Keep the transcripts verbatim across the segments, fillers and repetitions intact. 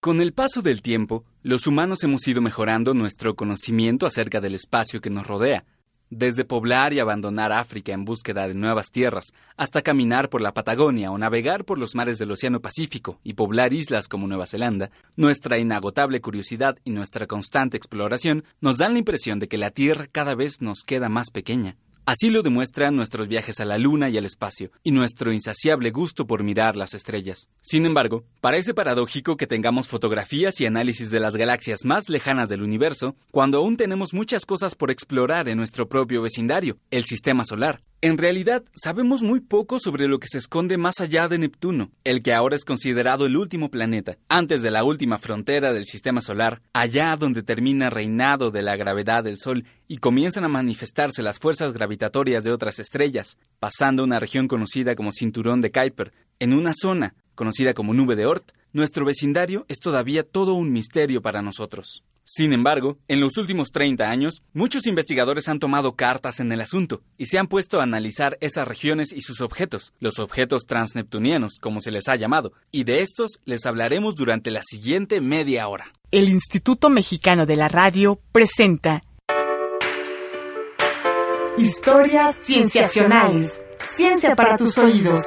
Con el paso del tiempo, los humanos hemos ido mejorando nuestro conocimiento acerca del espacio que nos rodea. Desde poblar y abandonar África en búsqueda de nuevas tierras, hasta caminar por la Patagonia o navegar por los mares del Océano Pacífico y poblar islas como Nueva Zelanda, nuestra inagotable curiosidad y nuestra constante exploración nos dan la impresión de que la Tierra cada vez nos queda más pequeña. Así lo demuestran nuestros viajes a la Luna y al espacio, y nuestro insaciable gusto por mirar las estrellas. Sin embargo, parece paradójico que tengamos fotografías y análisis de las galaxias más lejanas del universo, cuando aún tenemos muchas cosas por explorar en nuestro propio vecindario, el Sistema Solar. En realidad, sabemos muy poco sobre lo que se esconde más allá de Neptuno, el que ahora es considerado el último planeta, antes de la última frontera del Sistema Solar, allá donde termina el reinado de la gravedad del Sol y comienzan a manifestarse las fuerzas gravitatorias de otras estrellas, pasando a una región conocida como Cinturón de Kuiper. En una zona, conocida como Nube de Oort, nuestro vecindario es todavía todo un misterio para nosotros. Sin embargo, en los últimos treinta años, muchos investigadores han tomado cartas en el asunto y se han puesto a analizar esas regiones y sus objetos, los objetos transneptunianos, como se les ha llamado, y de estos les hablaremos durante la siguiente media hora. El Instituto Mexicano de la Radio presenta Historias Cienciacionales. Ciencia para tus oídos.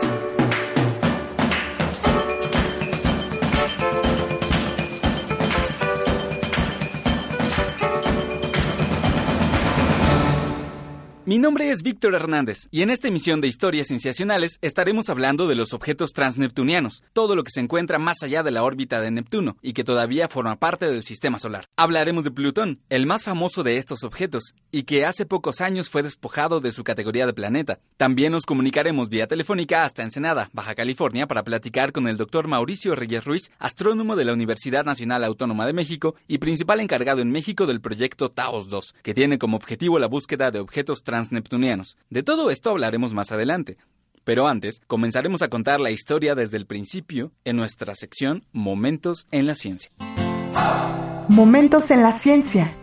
Mi nombre es Víctor Hernández y en esta emisión de Historias Cienciacionales estaremos hablando de los objetos transneptunianos, todo lo que se encuentra más allá de la órbita de Neptuno y que todavía forma parte del Sistema Solar. Hablaremos de Plutón, el más famoso de estos objetos y que hace pocos años fue despojado de su categoría de planeta. También nos comunicaremos vía telefónica hasta Ensenada, Baja California, para platicar con el doctor Mauricio Reyes Ruiz, astrónomo de la Universidad Nacional Autónoma de México y principal encargado en México del proyecto Taos dos, que tiene como objetivo la búsqueda de objetos transneptunianos. transneptunianos. De todo esto hablaremos más adelante. Pero antes, comenzaremos a contar la historia desde el principio en nuestra sección Momentos en la Ciencia. Momentos en la Ciencia.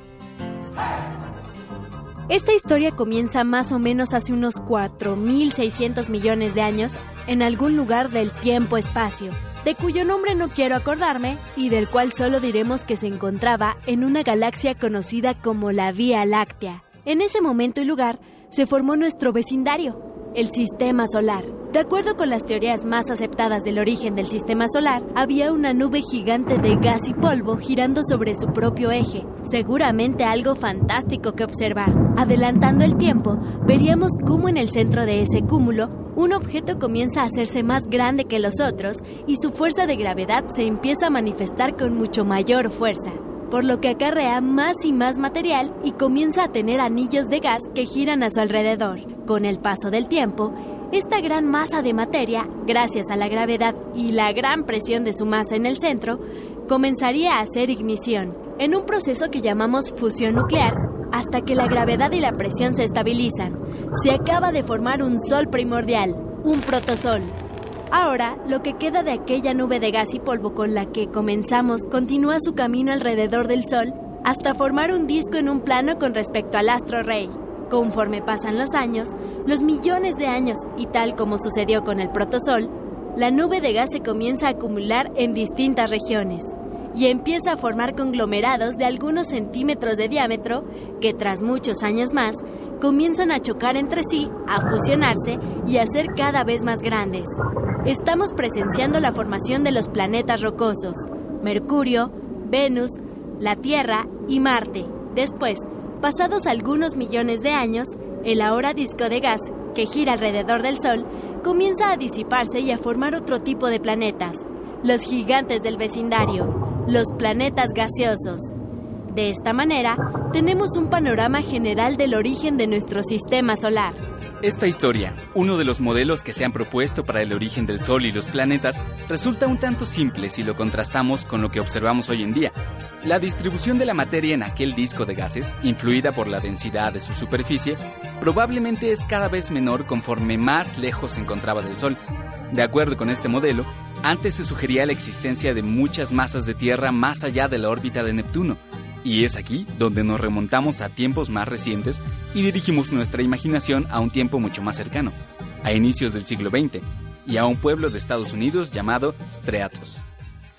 Esta historia comienza más o menos hace unos cuatro mil seiscientos millones de años en algún lugar del tiempo-espacio, de cuyo nombre no quiero acordarme y del cual solo diremos que se encontraba en una galaxia conocida como la Vía Láctea. En ese momento y lugar se formó nuestro vecindario, el Sistema Solar. De acuerdo con las teorías más aceptadas del origen del Sistema Solar, había una nube gigante de gas y polvo girando sobre su propio eje, seguramente algo fantástico que observar. Adelantando el tiempo, veríamos cómo en el centro de ese cúmulo, un objeto comienza a hacerse más grande que los otros y su fuerza de gravedad se empieza a manifestar con mucho mayor fuerza, por lo que acarrea más y más material y comienza a tener anillos de gas que giran a su alrededor. Con el paso del tiempo, esta gran masa de materia, gracias a la gravedad y la gran presión de su masa en el centro, comenzaría a hacer ignición, en un proceso que llamamos fusión nuclear, hasta que la gravedad y la presión se estabilizan. Se acaba de formar un sol primordial, un protosol. Ahora, lo que queda de aquella nube de gas y polvo con la que comenzamos continúa su camino alrededor del Sol hasta formar un disco en un plano con respecto al astro rey. Conforme pasan los años, los millones de años, y tal como sucedió con el protosol, la nube de gas se comienza a acumular en distintas regiones y empieza a formar conglomerados de algunos centímetros de diámetro que, tras muchos años más, comienzan a chocar entre sí, a fusionarse y a ser cada vez más grandes. Estamos presenciando la formación de los planetas rocosos, Mercurio, Venus, la Tierra y Marte. Después, pasados algunos millones de años, el ahora disco de gas, que gira alrededor del Sol, comienza a disiparse y a formar otro tipo de planetas, los gigantes del vecindario, los planetas gaseosos. De esta manera, tenemos un panorama general del origen de nuestro sistema solar. Esta historia, uno de los modelos que se han propuesto para el origen del Sol y los planetas, resulta un tanto simple si lo contrastamos con lo que observamos hoy en día. La distribución de la materia en aquel disco de gases, influida por la densidad de su superficie, probablemente es cada vez menor conforme más lejos se encontraba del Sol. De acuerdo con este modelo, antes se sugería la existencia de muchas masas de Tierra más allá de la órbita de Neptuno. Y es aquí donde nos remontamos a tiempos más recientes y dirigimos nuestra imaginación a un tiempo mucho más cercano, a inicios del siglo veinte, y a un pueblo de Estados Unidos llamado Streatos.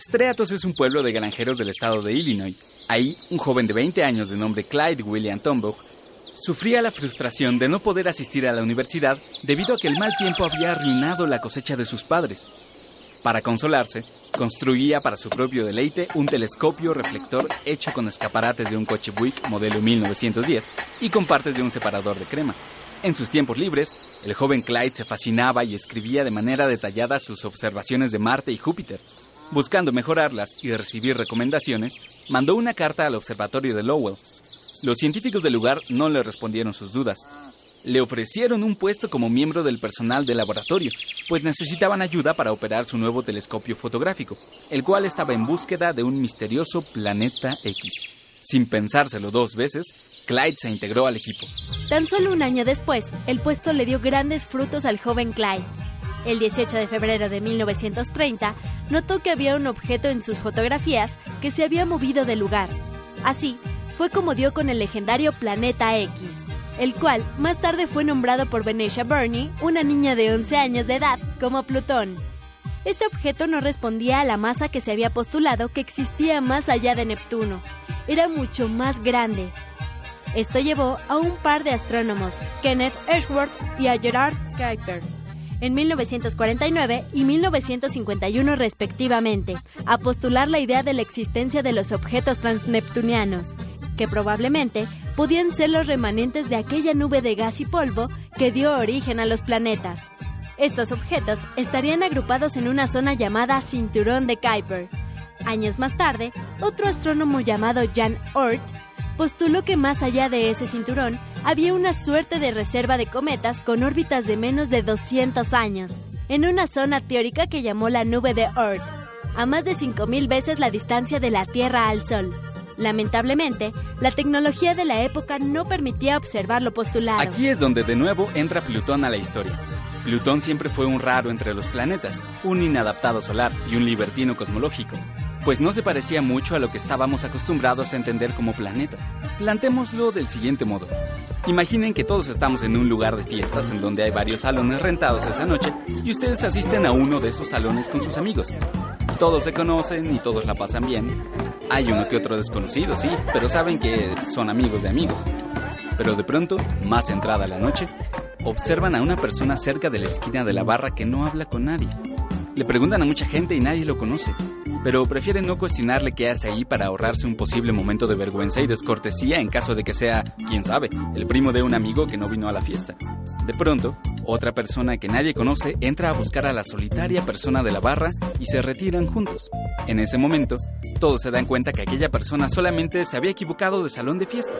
Streatos es un pueblo de granjeros del estado de Illinois. Ahí, un joven de veinte años de nombre Clyde William Tombaugh sufría la frustración de no poder asistir a la universidad debido a que el mal tiempo había arruinado la cosecha de sus padres. Para consolarse, construía para su propio deleite un telescopio reflector hecho con escaparates de un coche Buick modelo mil novecientos diez y con partes de un separador de crema. En sus tiempos libres, el joven Clyde se fascinaba y escribía de manera detallada sus observaciones de Marte y Júpiter. Buscando mejorarlas y recibir recomendaciones, mandó una carta al observatorio de Lowell. Los científicos del lugar no le respondieron sus dudas. Le ofrecieron un puesto como miembro del personal del laboratorio, pues necesitaban ayuda para operar su nuevo telescopio fotográfico, el cual estaba en búsqueda de un misterioso planeta X. Sin pensárselo dos veces, Clyde se integró al equipo. Tan solo un año después, el puesto le dio grandes frutos al joven Clyde. El dieciocho de febrero de mil novecientos treinta, notó que había un objeto en sus fotografías que se había movido del lugar. Así, fue como dio con el legendario Planeta X, el cual más tarde fue nombrado por Venetia Burney, una niña de once años de edad, como Plutón. Este objeto no respondía a la masa que se había postulado que existía más allá de Neptuno. Era mucho más grande. Esto llevó a un par de astrónomos, Kenneth Edgeworth y a Gerard Kuiper, en mil novecientos cuarenta y nueve y mil novecientos cincuenta y uno respectivamente, a postular la idea de la existencia de los objetos transneptunianos, que probablemente podían ser los remanentes de aquella nube de gas y polvo que dio origen a los planetas. Estos objetos estarían agrupados en una zona llamada Cinturón de Kuiper. Años más tarde, otro astrónomo llamado Jan Oort postuló que más allá de ese cinturón había una suerte de reserva de cometas con órbitas de menos de doscientos años, en una zona teórica que llamó la nube de Oort, a más de cinco mil veces la distancia de la Tierra al Sol. Lamentablemente, la tecnología de la época no permitía observar lo postulado. Aquí es donde de nuevo entra Plutón a la historia. Plutón siempre fue un raro entre los planetas, un inadaptado solar y un libertino cosmológico, pues no se parecía mucho a lo que estábamos acostumbrados a entender como planeta. Plantémoslo del siguiente modo. Imaginen que todos estamos en un lugar de fiestas en donde hay varios salones rentados esa noche y ustedes asisten a uno de esos salones con sus amigos. Todos se conocen y todos la pasan bien. Hay uno que otro desconocido, sí, pero saben que son amigos de amigos. Pero de pronto, más entrada la noche, observan a una persona cerca de la esquina de la barra que no habla con nadie. Le preguntan a mucha gente y nadie lo conoce, pero prefieren no cuestionarle qué hace ahí para ahorrarse un posible momento de vergüenza y descortesía en caso de que sea, quién sabe, el primo de un amigo que no vino a la fiesta. De pronto, otra persona que nadie conoce entra a buscar a la solitaria persona de la barra y se retiran juntos. En ese momento, todos se dan cuenta que aquella persona solamente se había equivocado de salón de fiesta.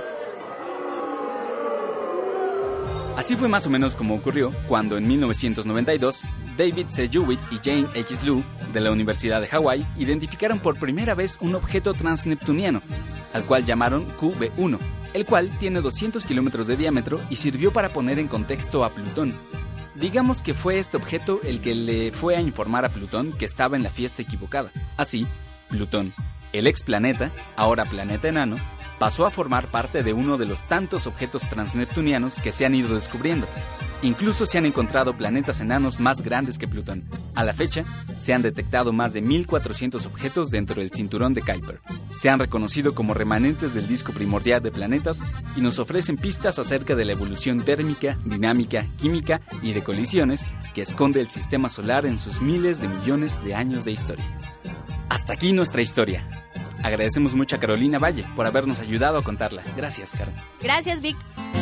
Así fue más o menos como ocurrió cuando en mil novecientos noventa y dos David C. Jewitt y Jane X. Liu de la Universidad de Hawái identificaron por primera vez un objeto transneptuniano, al cual llamaron Q B uno, el cual tiene doscientos kilómetros de diámetro y sirvió para poner en contexto a Plutón. Digamos que fue este objeto el que le fue a informar a Plutón que estaba en la fiesta equivocada. Así, Plutón, el ex planeta, ahora planeta enano, pasó a formar parte de uno de los tantos objetos transneptunianos que se han ido descubriendo. Incluso se han encontrado planetas enanos más grandes que Plutón. A la fecha, se han detectado más de mil cuatrocientos objetos dentro del cinturón de Kuiper. Se han reconocido como remanentes del disco primordial de planetas y nos ofrecen pistas acerca de la evolución térmica, dinámica, química y de colisiones que esconde el sistema solar en sus miles de millones de años de historia. Hasta aquí nuestra historia. Agradecemos mucho a Carolina Valle por habernos ayudado a contarla. Gracias, Caro. Gracias, Vic.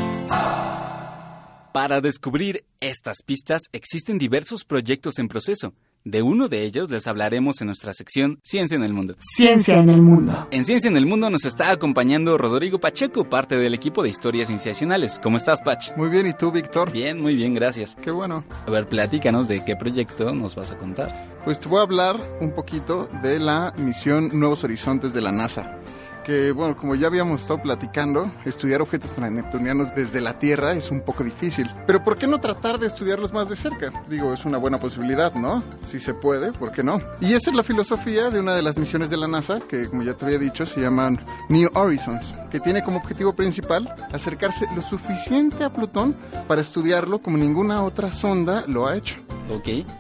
Para descubrir estas pistas existen diversos proyectos en proceso. De uno de ellos les hablaremos en nuestra sección Ciencia en el Mundo. Ciencia en el Mundo. En Ciencia en el Mundo nos está acompañando Rodrigo Pacheco, parte del equipo de Historias Cienciacionales. ¿Cómo estás, Pach? Muy bien, ¿y tú, Víctor? Bien, muy bien, gracias. Qué bueno. A ver, platícanos de qué proyecto nos vas a contar. Pues te voy a hablar un poquito de la misión Nuevos Horizontes de la NASA. Que, bueno, como ya habíamos estado platicando, estudiar objetos transneptunianos desde la Tierra es un poco difícil. Pero ¿por qué no tratar de estudiarlos más de cerca? Digo, es una buena posibilidad, ¿no? Si se puede, ¿por qué no? Y esa es la filosofía de una de las misiones de la NASA, que como ya te había dicho, se llaman New Horizons, que tiene como objetivo principal acercarse lo suficiente a Plutón para estudiarlo como ninguna otra sonda lo ha hecho. Ok,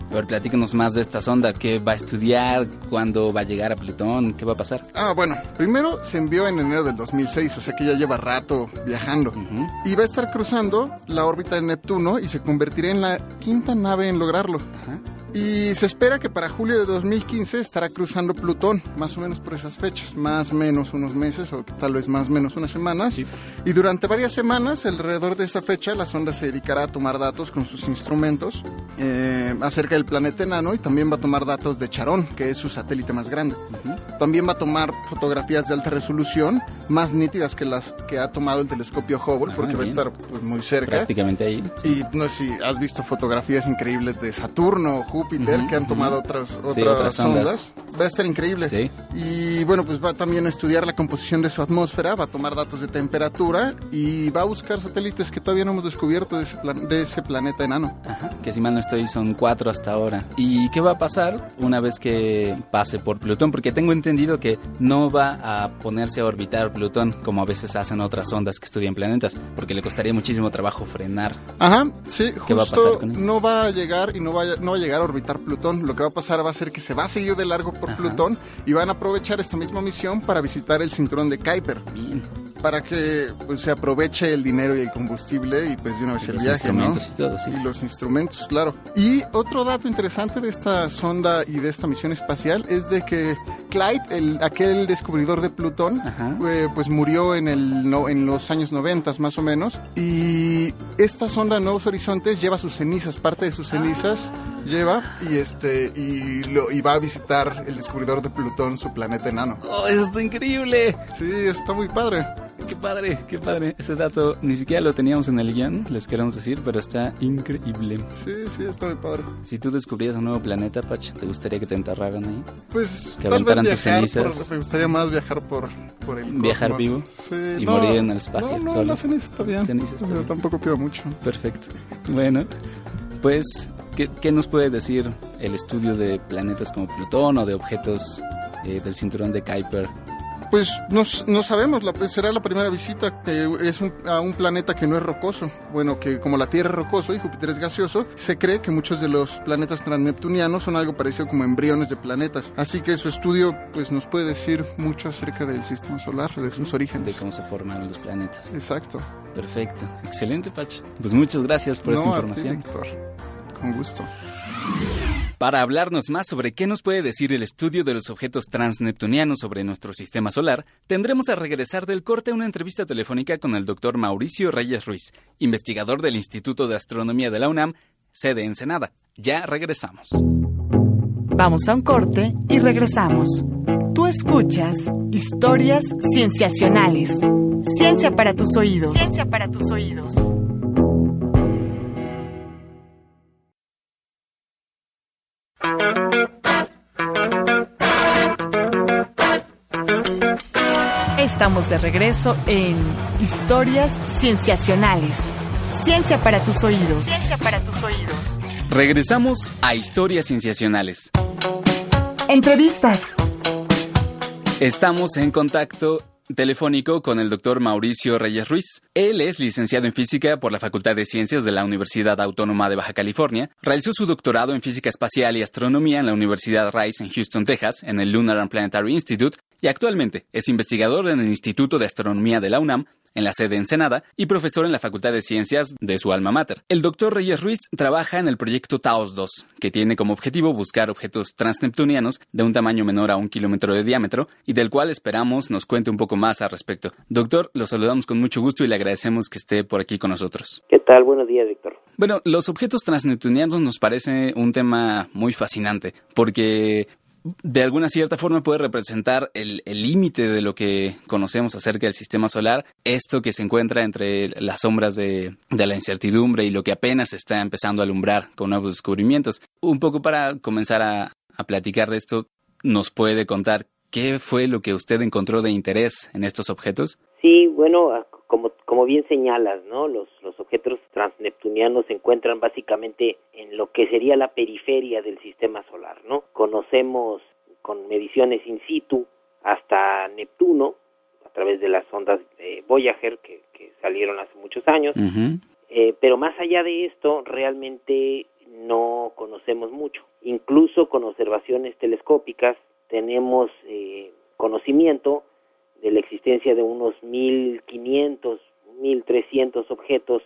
A ver, platícanos más de esta sonda. ¿Qué va a estudiar? ¿Cuándo va a llegar a Plutón? ¿Qué va a pasar? Ah, bueno, primero se envió en enero del dos mil seis, o sea que ya lleva rato viajando. Uh-huh. Y va a estar cruzando la órbita de Neptuno y se convertirá en la quinta nave en lograrlo. Uh-huh. Y se espera que para julio de dos mil quince estará cruzando Plutón, más o menos por esas fechas, más o menos unos meses o tal vez más o menos unas semanas. Sí. Y durante varias semanas, alrededor de esa fecha, la sonda se dedicará a tomar datos con sus instrumentos eh, acerca del planeta enano y también va a tomar datos de Charón, que es su satélite más grande. Uh-huh. También va a tomar fotografías de alta resolución, más nítidas que las que ha tomado el telescopio Hubble, ah, porque bien. va a estar pues, muy cerca. Prácticamente ahí. Y no sé si has visto fotografías increíbles de Saturno, Júpiter, uh-huh, que han tomado uh-huh. otras, otras, sí, otras sondas. Va a estar increíble. Sí. Y bueno, pues va también a estudiar la composición de su atmósfera, va a tomar datos de temperatura y va a buscar satélites que todavía no hemos descubierto de ese, plan- de ese planeta enano. Ajá, que si mal no estoy son cuatro hasta ahora. ¿Y qué va a pasar una vez que pase por Plutón? Porque tengo entendido que no va a ponerse a orbitar Plutón como a veces hacen otras sondas que estudian planetas, porque le costaría muchísimo trabajo frenar. Ajá, sí, ¿Qué justo va a pasar con él? No va a llegar y no va a, no va a llegar a orbitar Plutón. Lo que va a pasar va a ser que se va a seguir de largo por Ajá. Plutón y van a aprovechar esta misma misión para visitar el cinturón de Kuiper. Bien. Para que pues, se aproveche el dinero y el combustible y pues de una vez y el los viaje, instrumentos ¿no? Y todo, sí. Y los instrumentos, claro. Y otro dato interesante de esta sonda y de esta misión espacial es de que Clyde, el, aquel descubridor de Plutón, eh, pues murió en, el, no, en los años noventa más o menos. Y esta sonda Nuevos Horizontes lleva sus cenizas, parte de sus cenizas ah. lleva y este y, lo, y va a visitar el descubridor de Plutón, su planeta enano. ¡Oh, eso está increíble! Sí, está muy padre. Qué padre, qué padre. Ese dato ni siquiera lo teníamos en el guión, les queremos decir, pero está increíble. Sí, sí, está muy padre. Si tú descubrieras un nuevo planeta, Pach, ¿te gustaría que te enterraran ahí? Pues que tal vez tus viajar cenizas. Por, me gustaría más viajar por, por el cosmos. ¿Viajar vivo? Sí, y no, morir en el espacio. No, no, solo. la ceniza está bien. Ceniza está bien. Tampoco pido mucho. Perfecto. Bueno, pues, ¿qué, qué nos puede decir el estudio de planetas como Plutón o de objetos eh, del cinturón de Kuiper? Pues no, no sabemos, la, será la primera visita que es un, a un planeta que no es rocoso. Bueno, que como la Tierra es rocoso y Júpiter es gaseoso, se cree que muchos de los planetas transneptunianos son algo parecido como embriones de planetas. Así que su estudio pues nos puede decir mucho acerca del sistema solar, de sus orígenes. De cómo se formaron los planetas. Exacto. Perfecto. Excelente, Pach. Pues muchas gracias por no, esta información. A ti, Víctor. Con gusto. Para hablarnos más sobre qué nos puede decir el estudio de los objetos transneptunianos sobre nuestro sistema solar, tendremos a regresar del corte una entrevista telefónica con el doctor Mauricio Reyes Ruiz, investigador del Instituto de Astronomía de la UNAM, sede Ensenada. Ya regresamos. Vamos a un corte y regresamos. Tú escuchas Historias Cienciacionales. Ciencia para tus oídos. Ciencia para tus oídos. Estamos de regreso en Historias Cienciacionales. Ciencia para tus oídos. Ciencia para tus oídos. Regresamos a Historias Cienciacionales. Entrevistas. Estamos en contacto telefónico con el doctor Mauricio Reyes Ruiz. Él es licenciado en Física por la Facultad de Ciencias de la Universidad Autónoma de Baja California. Realizó su doctorado en Física Espacial y Astronomía en la Universidad Rice en Houston, Texas, en el Lunar and Planetary Institute, y actualmente es investigador en el Instituto de Astronomía de la UNAM, en la sede Ensenada, y profesor en la Facultad de Ciencias de su alma mater. El doctor Reyes Ruiz trabaja en el proyecto TAOS dos, que tiene como objetivo buscar objetos transneptunianos de un tamaño menor a un kilómetro de diámetro, y del cual esperamos nos cuente un poco más al respecto. Doctor, lo saludamos con mucho gusto y le agradecemos que esté por aquí con nosotros. ¿Qué tal? Buenos días, Víctor. Bueno, los objetos transneptunianos nos parece un tema muy fascinante, porque de alguna cierta forma puede representar el límite de lo que conocemos acerca del sistema solar, esto que se encuentra entre las sombras de, de la incertidumbre y lo que apenas está empezando a alumbrar con nuevos descubrimientos. Un poco para comenzar a, a platicar de esto, ¿nos puede contar qué fue lo que usted encontró de interés en estos objetos? Sí, bueno, como como bien señalas, ¿no? Los los objetos transneptunianos se encuentran básicamente en lo que sería la periferia del sistema solar, ¿no? Conocemos con mediciones in situ hasta Neptuno a través de las ondas de Voyager que, que salieron hace muchos años, uh-huh. eh, pero más allá de esto realmente no conocemos mucho. Incluso con observaciones telescópicas tenemos eh, conocimiento de la existencia de unos mil quinientos, mil trescientos objetos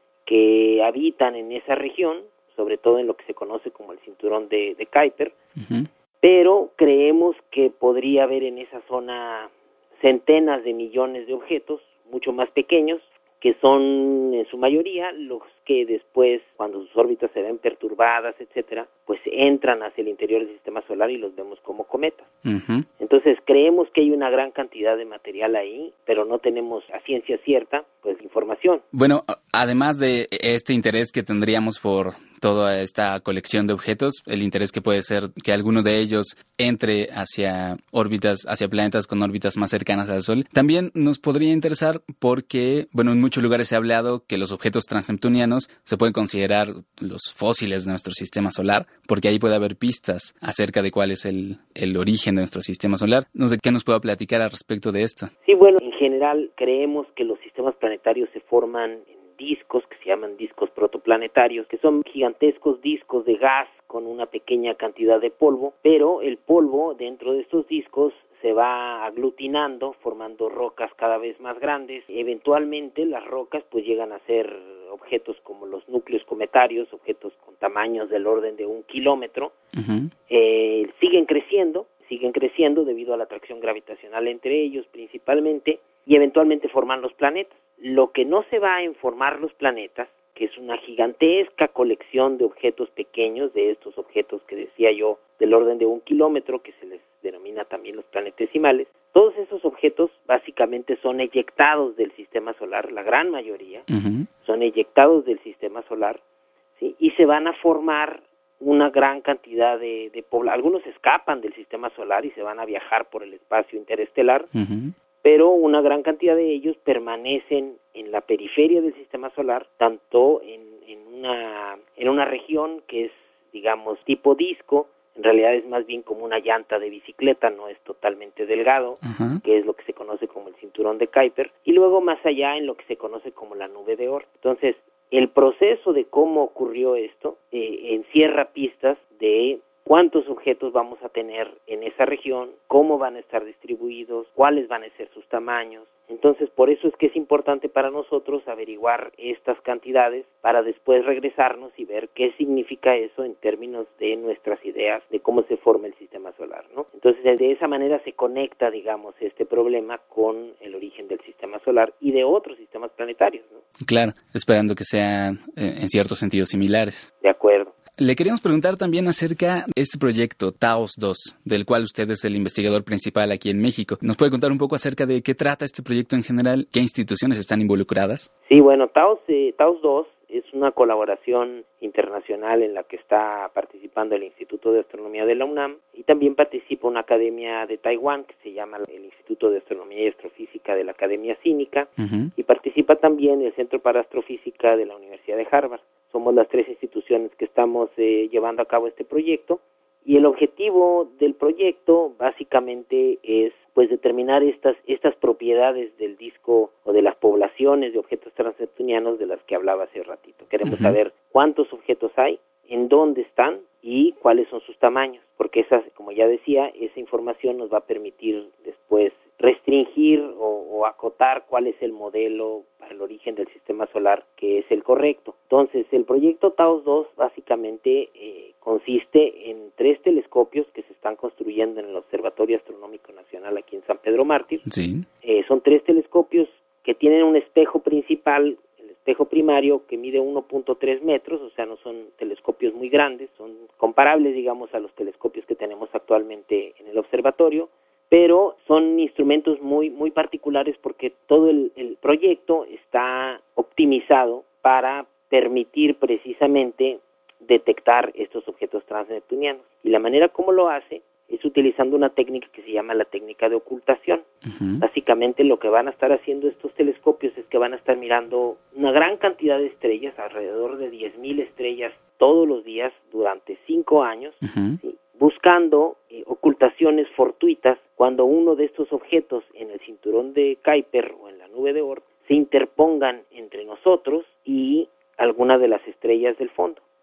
que habitan en esa región, sobre todo en lo que se conoce como el cinturón de, de Kuiper, uh-huh. Pero creemos que podría haber en esa zona centenas de millones de objetos, mucho más pequeños, que son en su mayoría los que después, cuando sus órbitas se ven perturbadas, etcétera, pues entran hacia el interior del sistema solar y los vemos como cometas. Uh-huh. Entonces creemos que hay una gran cantidad de material ahí, pero no tenemos a ciencia cierta, pues, información. Bueno, además de este interés que tendríamos por toda esta colección de objetos, el interés que puede ser que alguno de ellos entre hacia órbitas, hacia planetas con órbitas más cercanas al Sol, también nos podría interesar porque, bueno, en muchos lugares se ha hablado que los objetos transneptunianos se pueden considerar los fósiles de nuestro sistema solar, porque ahí puede haber pistas acerca de cuál es el, el origen de nuestro sistema solar. No sé qué nos pueda platicar al respecto de esto. Sí, bueno, en general creemos que los sistemas planetarios se forman en discos que se llaman discos protoplanetarios, que son gigantescos discos de gas con una pequeña cantidad de polvo, pero el polvo dentro de estos discos se va aglutinando, formando rocas cada vez más grandes. Eventualmente las rocas pues llegan a ser objetos como los núcleos cometarios, objetos con tamaños del orden de un kilómetro. Uh-huh. Eh, siguen creciendo, siguen creciendo debido a la atracción gravitacional entre ellos principalmente, y eventualmente forman los planetas. Lo que no se va en formar los planetas, que es una gigantesca colección de objetos pequeños, de estos objetos que decía yo, del orden de un kilómetro, que se les denomina también los planetesimales, todos esos objetos básicamente son eyectados del sistema solar, la gran mayoría, uh-huh. son eyectados del sistema solar, ¿sí? Y se van a formar una gran cantidad de, de poblaciones. Algunos escapan del sistema solar y se van a viajar por el espacio interestelar, uh-huh. pero una gran cantidad de ellos permanecen en la periferia del sistema solar, tanto en, en, una, en una región que es, digamos, tipo disco. En realidad es más bien como una llanta de bicicleta, no es totalmente delgado, uh-huh. que es lo que se conoce como el cinturón de Kuiper, y luego más allá en lo que se conoce como la nube de Oort. Entonces, el proceso de cómo ocurrió esto eh, encierra pistas de cuántos objetos vamos a tener en esa región, cómo van a estar distribuidos, cuáles van a ser sus tamaños. Entonces, por eso es que es importante para nosotros averiguar estas cantidades para después regresarnos y ver qué significa eso en términos de nuestras ideas de cómo se forma el sistema solar, ¿no? Entonces, de esa manera se conecta, digamos, este problema con el origen del sistema solar y de otros sistemas planetarios, ¿no? Claro, esperando que sean eh, en ciertos sentidos similares. De acuerdo. Le queríamos preguntar también acerca de este proyecto TAOS dos, del cual usted es el investigador principal aquí en México. ¿Nos puede contar un poco acerca de qué trata este proyecto en general? ¿Qué instituciones están involucradas? Sí, bueno, TAOS, eh, TAOS dos es una colaboración internacional en la que está participando el Instituto de Astronomía de la UNAM y también participa una academia de Taiwán que se llama el Instituto de Astronomía y Astrofísica de la Academia Cínica, uh-huh. y participa también el Centro para Astrofísica de la Universidad de Harvard. Somos las tres instituciones que estamos eh, llevando a cabo este proyecto, y el objetivo del proyecto básicamente es pues determinar estas estas propiedades del disco o de las poblaciones de objetos transneptunianos de las que hablaba hace ratito. Queremos uh-huh. saber cuántos objetos hay, en dónde están y cuáles son sus tamaños, porque esa, como ya decía, esa información nos va a permitir después restringir o, o acotar cuál es el modelo para el origen del sistema solar que es el correcto. Entonces, el proyecto TAOS dos básicamente eh, consiste en tres telescopios que se están construyendo en el Observatorio Astronómico Nacional aquí en San Pedro Mártir. Sí. Eh, son tres telescopios que tienen un espejo principal, el espejo primario, que mide uno punto tres metros, o sea, no son telescopios muy grandes, son comparables, digamos, a los telescopios que tenemos actualmente en el observatorio, pero son instrumentos muy muy particulares porque todo el, el proyecto está optimizado para permitir precisamente detectar estos objetos transneptunianos. Y la manera como lo hace es utilizando una técnica que se llama la técnica de ocultación. Uh-huh. Básicamente lo que van a estar haciendo estos telescopios es que van a estar mirando una gran cantidad de estrellas, alrededor de diez mil estrellas todos los días durante cinco años, uh-huh. ¿sí? buscando eh, ocultaciones fortuitas cuando uno de estos objetos en el cinturón de Kuiper o en la nube de Oort se interpongan entre nosotros y alguna de las estrellas del fondo.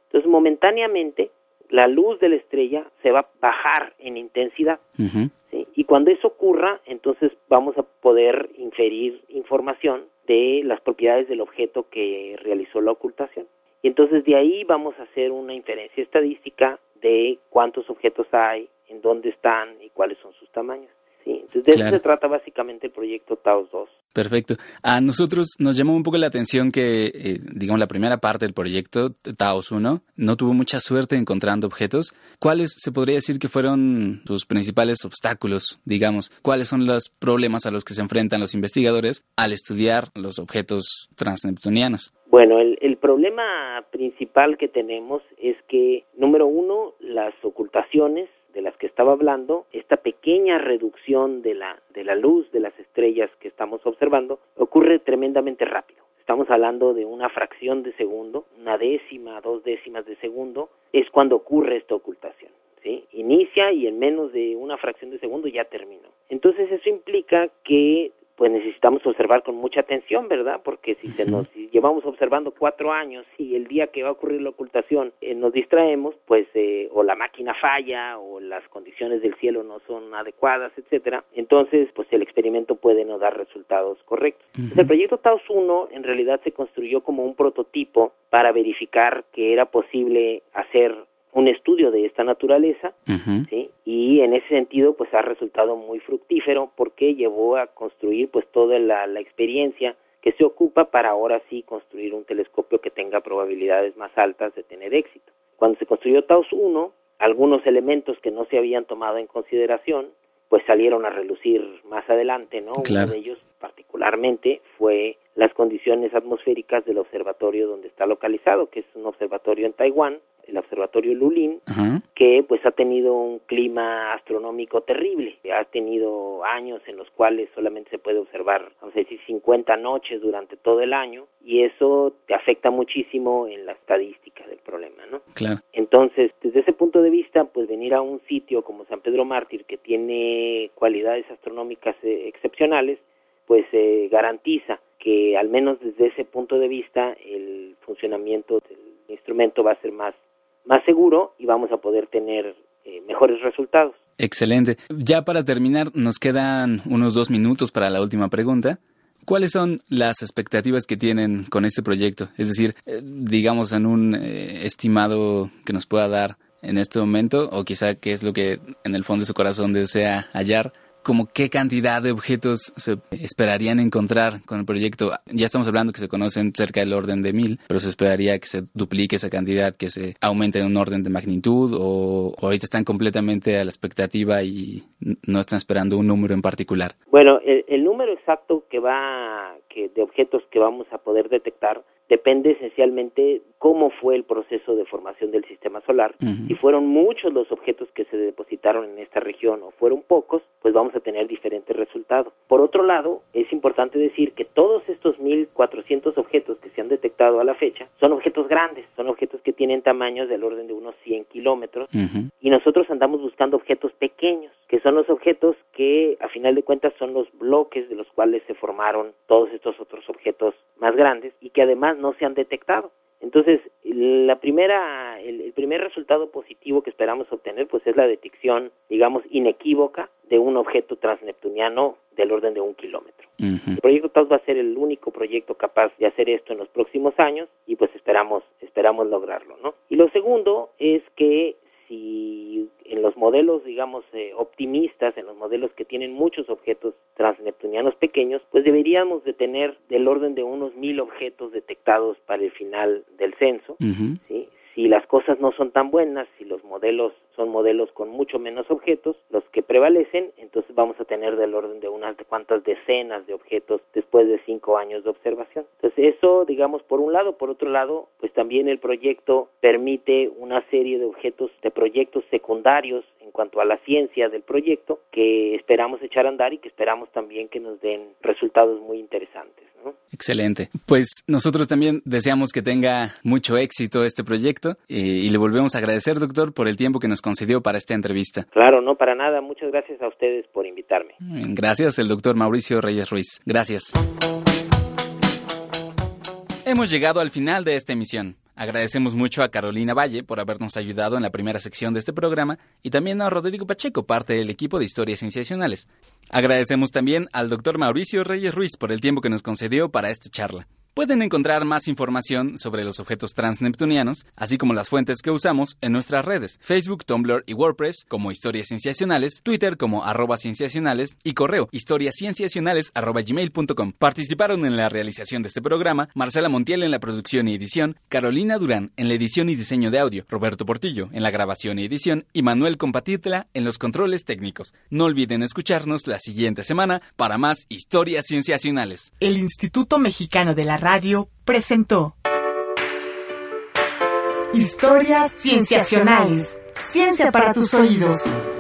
Entonces, momentáneamente, la luz de la estrella se va a bajar en intensidad. Uh-huh. ¿Sí? Y cuando eso ocurra, entonces vamos a poder inferir información de las propiedades del objeto que realizó la ocultación. Y entonces de ahí vamos a hacer una inferencia estadística de cuántos objetos hay, en dónde están y cuáles son sus tamaños. Sí, entonces de claro. eso se trata básicamente el proyecto TAOS dos. Perfecto. A nosotros nos llamó un poco la atención que, eh, digamos, la primera parte del proyecto, TAOS uno, no tuvo mucha suerte encontrando objetos. ¿Cuáles se podría decir que fueron sus principales obstáculos, digamos? ¿Cuáles son los problemas a los que se enfrentan los investigadores al estudiar los objetos transneptunianos? Bueno, el, el problema principal que tenemos es que, número uno, las ocultaciones de las que estaba hablando, esta pequeña reducción de la de la luz de las estrellas que estamos observando ocurre tremendamente rápido. Estamos hablando de una fracción de segundo, una décima, dos décimas de segundo, es cuando ocurre esta ocultación, ¿sí? Inicia y en menos de una fracción de segundo ya terminó. Entonces eso implica que pues necesitamos observar con mucha atención, ¿verdad? Porque si se nos si llevamos observando cuatro años y el día que va a ocurrir la ocultación eh, nos distraemos, pues eh, o la máquina falla o las condiciones del cielo no son adecuadas, etcétera. Entonces, pues el experimento puede no dar resultados correctos. Uh-huh. Entonces, el proyecto TAOS uno en realidad se construyó como un prototipo para verificar que era posible hacer un estudio de esta naturaleza, uh-huh. ¿sí? Y en ese sentido pues ha resultado muy fructífero porque llevó a construir pues toda la, la experiencia que se ocupa para ahora sí construir un telescopio que tenga probabilidades más altas de tener éxito. Cuando se construyó TAOS uno, algunos elementos que no se habían tomado en consideración pues salieron a relucir más adelante, ¿no? Claro. Uno de ellos particularmente fue las condiciones atmosféricas del observatorio donde está localizado, que es un observatorio en Taiwán, el observatorio Lulin, uh-huh. que pues ha tenido un clima astronómico terrible. Ha tenido años en los cuales solamente se puede observar, vamos a decir, cincuenta noches durante todo el año, y eso te afecta muchísimo en la estadística del problema, ¿no? Claro. Entonces, desde ese punto de vista, pues venir a un sitio como San Pedro Mártir, que tiene cualidades astronómicas eh, excepcionales, pues eh, garantiza que al menos desde ese punto de vista el funcionamiento del instrumento va a ser más más seguro y vamos a poder tener eh, mejores resultados. Excelente. Ya para terminar, nos quedan unos dos minutos para la última pregunta. ¿Cuáles son las expectativas que tienen con este proyecto? Es decir, eh, digamos en un eh, estimado que nos pueda dar en este momento, o quizá qué es lo que en el fondo de su corazón desea hallar, como qué cantidad de objetos se esperarían encontrar con el proyecto. Ya estamos hablando que se conocen cerca del orden de mil, pero se esperaría que se duplique esa cantidad, que se aumente en un orden de magnitud, o, o ahorita están completamente a la expectativa y no están esperando un número en particular. Bueno, el, el número exacto que va que de objetos que vamos a poder detectar depende esencialmente cómo fue el proceso de formación del sistema solar. Uh-huh. Si fueron muchos los objetos que se depositaron en esta región o fueron pocos, pues vamos a tener diferentes resultados. Por otro lado, es importante decir que todos estos mil cuatrocientos objetos que se han detectado a la fecha son objetos grandes, son objetos que tienen tamaños del orden de unos cien kilómetros, uh-huh. y nosotros andamos buscando objetos pequeños, que son los objetos que a final de cuentas son los bloques de los cuales se formaron todos estos otros objetos más grandes y que además no se han detectado. Entonces, la primera, el, el primer resultado positivo que esperamos obtener, pues es la detección, digamos, inequívoca de un objeto transneptuniano del orden de un kilómetro. Uh-huh. El proyecto TAOS va a ser el único proyecto capaz de hacer esto en los próximos años y pues esperamos, esperamos lograrlo, ¿no? Y lo segundo es que si en los modelos, digamos, eh, optimistas, en los modelos que tienen muchos objetos transneptunianos pequeños, pues deberíamos de tener del orden de unos mil objetos detectados para el final del censo, uh-huh. ¿sí? Si las cosas no son tan buenas, si los modelos son modelos con mucho menos objetos, los que prevalecen, entonces vamos a tener del orden de unas cuantas decenas de objetos después de cinco años de observación. Entonces eso, digamos, por un lado. Por otro lado, pues también el proyecto permite una serie de objetos, de proyectos secundarios en cuanto a la ciencia del proyecto, que esperamos echar a andar y que esperamos también que nos den resultados muy interesantes, ¿no? Excelente. Pues nosotros también deseamos que tenga mucho éxito este proyecto eh, y le volvemos a agradecer, doctor, por el tiempo que nos concedió para esta entrevista. Claro, no para nada. Muchas gracias a ustedes por invitarme. Gracias, el doctor Mauricio Reyes Ruiz. Gracias. Hemos llegado al final de esta emisión. Agradecemos mucho a Carolina Valle por habernos ayudado en la primera sección de este programa y también a Rodrigo Pacheco, parte del equipo de Historias Cienciacionales. Agradecemos también al doctor Mauricio Reyes Ruiz por el tiempo que nos concedió para esta charla. Pueden encontrar más información sobre los objetos transneptunianos, así como las fuentes que usamos, en nuestras redes, Facebook, Tumblr y WordPress como Historias Cienciacionales, Twitter como arroba cienciacionales y correo historiascienciacionales arroba gmail punto com. Participaron en la realización de este programa Marcela Montiel en la producción y edición, Carolina Durán en la edición y diseño de audio, Roberto Portillo en la grabación y edición y Manuel Compatitla en los controles técnicos. No olviden escucharnos la siguiente semana para más Historias Cienciacionales. El Instituto Mexicano de la Radio presentó Historias Cienciacionales. Ciencia para tus oídos.